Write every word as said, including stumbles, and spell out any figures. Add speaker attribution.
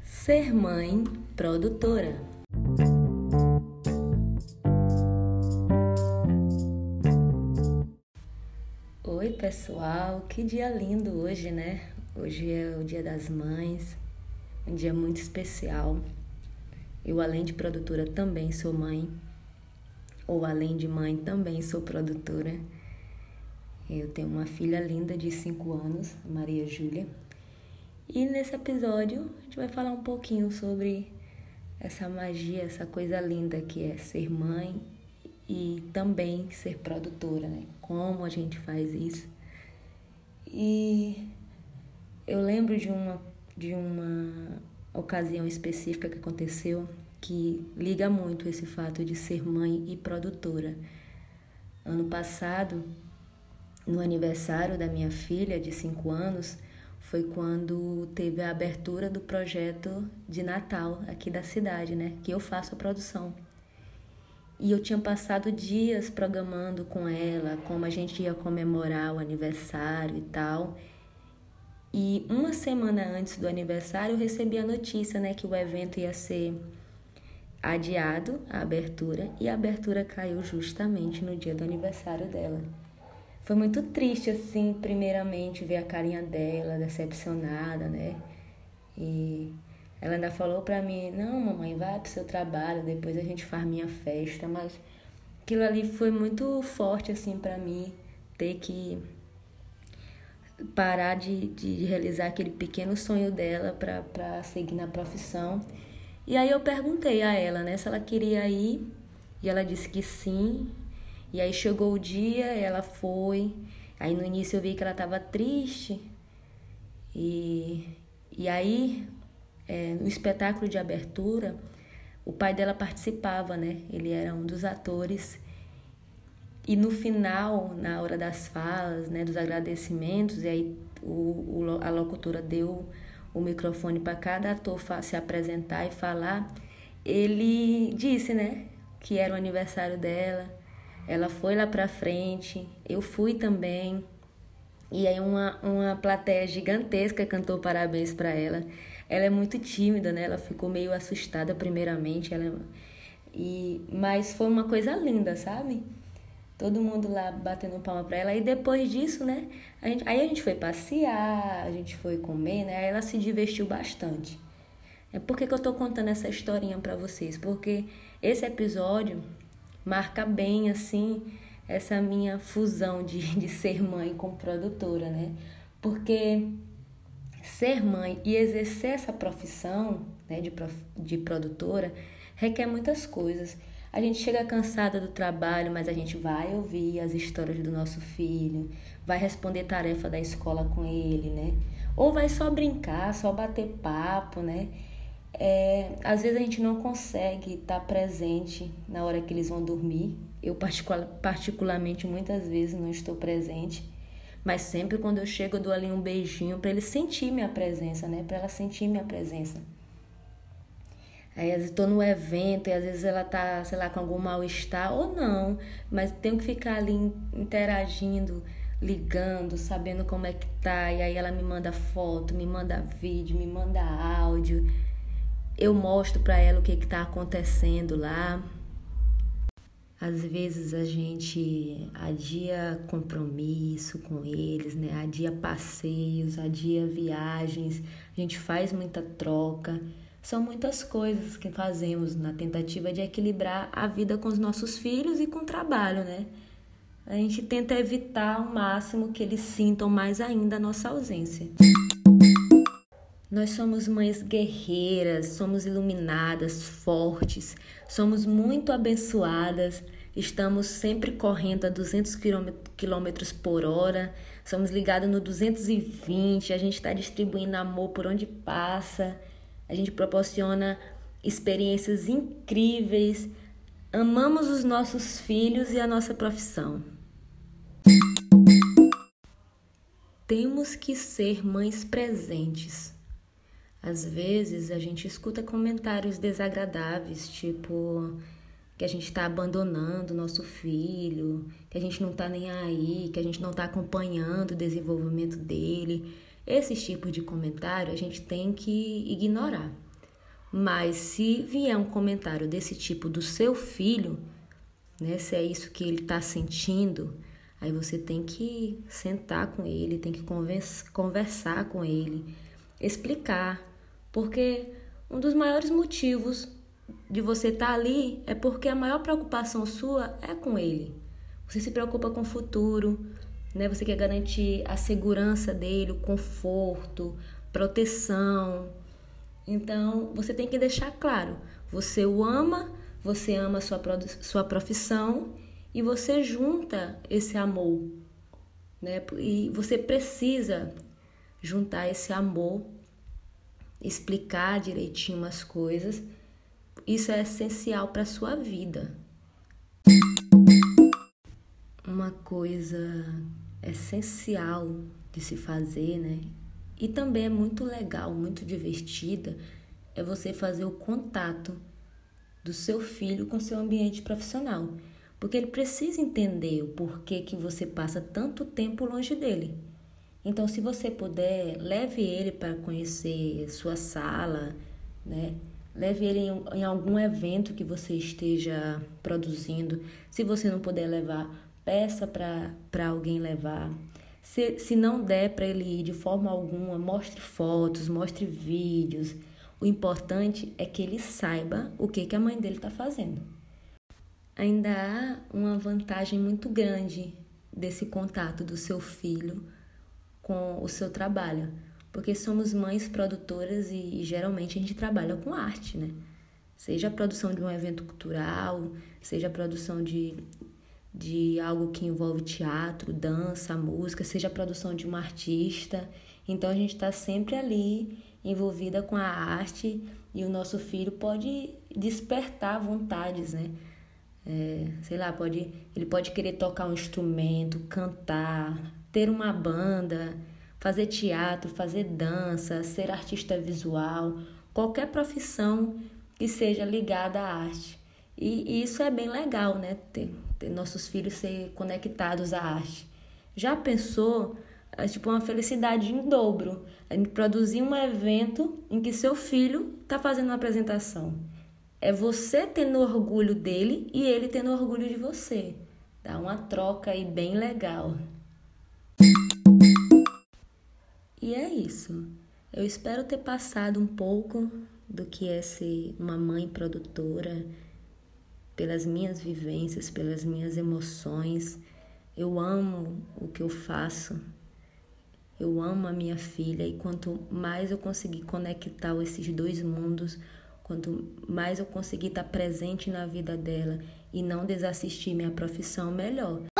Speaker 1: Ser mãe produtora. Oi, pessoal, que dia lindo hoje, né? Hoje é o Dia das Mães, um dia muito especial. Eu, além de produtora, também sou mãe, ou além de mãe, também sou produtora. Eu tenho uma filha linda de cinco anos, a Maria Júlia. E nesse episódio a gente vai falar um pouquinho sobre essa magia, essa coisa linda que é ser mãe e também ser produtora, né? Como a gente faz isso. E eu lembro de uma, de uma ocasião específica que aconteceu que liga muito esse fato de ser mãe e produtora. Ano passado, no aniversário da minha filha de cinco anos, foi quando teve a abertura do projeto de Natal aqui da cidade, né? Que eu faço a produção. E eu tinha passado dias programando com ela como a gente ia comemorar o aniversário e tal. E uma semana antes do aniversário eu recebi a notícia, né, que o evento ia ser adiado, a abertura, e a abertura caiu justamente no dia do aniversário dela. Foi muito triste, assim, primeiramente, ver a carinha dela, decepcionada, né? E ela ainda falou pra mim, não, mamãe, vai pro seu trabalho, depois a gente faz minha festa. Mas aquilo ali foi muito forte, assim, pra mim, ter que parar de, de realizar aquele pequeno sonho dela pra, pra seguir na profissão. E aí eu perguntei a ela, né, se ela queria ir, e ela disse que sim. E aí chegou o dia, ela foi. Aí no início eu vi que ela estava triste. E, e aí, é, no espetáculo de abertura, o pai dela participava, né? Ele era um dos atores. E no final, na hora das falas, né, dos agradecimentos, e aí o, o, a locutora deu o microfone para cada ator se apresentar e falar, ele disse, né, que era o aniversário dela. Ela foi lá pra frente, eu fui também. E aí uma, uma plateia gigantesca cantou parabéns pra ela. Ela é muito tímida, né? Ela ficou meio assustada primeiramente. Ela... E... Mas foi uma coisa linda, sabe? Todo mundo lá batendo palma pra ela. E depois disso, né? A gente... Aí a gente foi passear, a gente foi comer, né? Aí ela se divertiu bastante. É por que que eu tô contando essa historinha pra vocês? Porque esse episódio marca bem, assim, essa minha fusão de, de ser mãe com produtora, né? Porque ser mãe e exercer essa profissão, né, de, prof, de produtora requer muitas coisas. A gente chega cansada do trabalho, mas a gente vai ouvir as histórias do nosso filho, vai responder tarefa da escola com ele, né? Ou vai só brincar, só bater papo, né? É, às vezes a gente não consegue estar presente na hora que eles vão dormir. Eu particular, particularmente muitas vezes não estou presente, mas sempre quando eu chego eu dou ali um beijinho para ele sentir minha presença, né? Para ela sentir minha presença. Aí às vezes estou no evento e às vezes ela tá, sei lá, com algum mal-estar ou não, mas tenho que ficar ali interagindo, ligando, sabendo como é que tá. E aí ela me manda foto, me manda vídeo, me manda áudio. Eu mostro para ela o que está acontecendo lá. Às vezes a gente adia compromisso com eles, né? Adia passeios, adia viagens, a gente faz muita troca. São muitas coisas que fazemos na tentativa de equilibrar a vida com os nossos filhos e com o trabalho, né? A gente tenta evitar ao máximo que eles sintam mais ainda a nossa ausência. Nós somos mães guerreiras, somos iluminadas, fortes, somos muito abençoadas, estamos sempre correndo a duzentos quilômetros por hora, somos ligados no duzentos e vinte, a gente está distribuindo amor por onde passa, a gente proporciona experiências incríveis, amamos os nossos filhos e a nossa profissão. Temos que ser mães presentes. Às vezes a gente escuta comentários desagradáveis, tipo que a gente está abandonando o nosso filho, que a gente não está nem aí, que a gente não está acompanhando o desenvolvimento dele. Esses tipos de comentário a gente tem que ignorar. Mas se vier um comentário desse tipo do seu filho, né, se é isso que ele está sentindo, aí você tem que sentar com ele, tem que conversar com ele, explicar, porque um dos maiores motivos de você estar ali é porque a maior preocupação sua é com ele. Você se preocupa com o futuro, né? Você quer garantir a segurança dele, o conforto, proteção. Então, você tem que deixar claro, você o ama, você ama a sua, sua profissão e você junta esse amor, né? E você precisa juntar esse amor, explicar direitinho as coisas. Isso é essencial para a sua vida. Uma coisa essencial de se fazer, né? E também é muito legal, muito divertida, é você fazer o contato do seu filho com seu ambiente profissional. Porque ele precisa entender o porquê que você passa tanto tempo longe dele. Então, se você puder, leve ele para conhecer sua sala, né? Leve ele em, em algum evento que você esteja produzindo. Se você não puder levar, peça para alguém levar. Se, se não der para ele ir de forma alguma, mostre fotos, mostre vídeos. O importante é que ele saiba o que, que a mãe dele está fazendo. Ainda há uma vantagem muito grande desse contato do seu filho com o seu trabalho. Porque somos mães produtoras e, e geralmente a gente trabalha com arte, né? Seja a produção de um evento cultural, seja a produção de, de algo que envolve teatro, dança, música, seja a produção de uma artista. Então a gente está sempre ali envolvida com a arte e o nosso filho pode despertar vontades, né? É, sei lá, pode, ele pode querer tocar um instrumento, cantar, ter uma banda, fazer teatro, fazer dança, ser artista visual, qualquer profissão que seja ligada à arte. E, e isso é bem legal, né? Ter, ter nossos filhos ser conectados à arte. Já pensou, é, tipo, uma felicidade em dobro, a gente produzir um evento em que seu filho está fazendo uma apresentação. É você tendo orgulho dele e ele tendo orgulho de você. Dá uma troca aí bem legal. E é isso. Eu espero ter passado um pouco do que é ser uma mãe produtora, pelas minhas vivências, pelas minhas emoções. Eu amo o que eu faço. Eu amo a minha filha e quanto mais eu conseguir conectar esses dois mundos, quanto mais eu conseguir estar presente na vida dela e não desassistir minha profissão, melhor.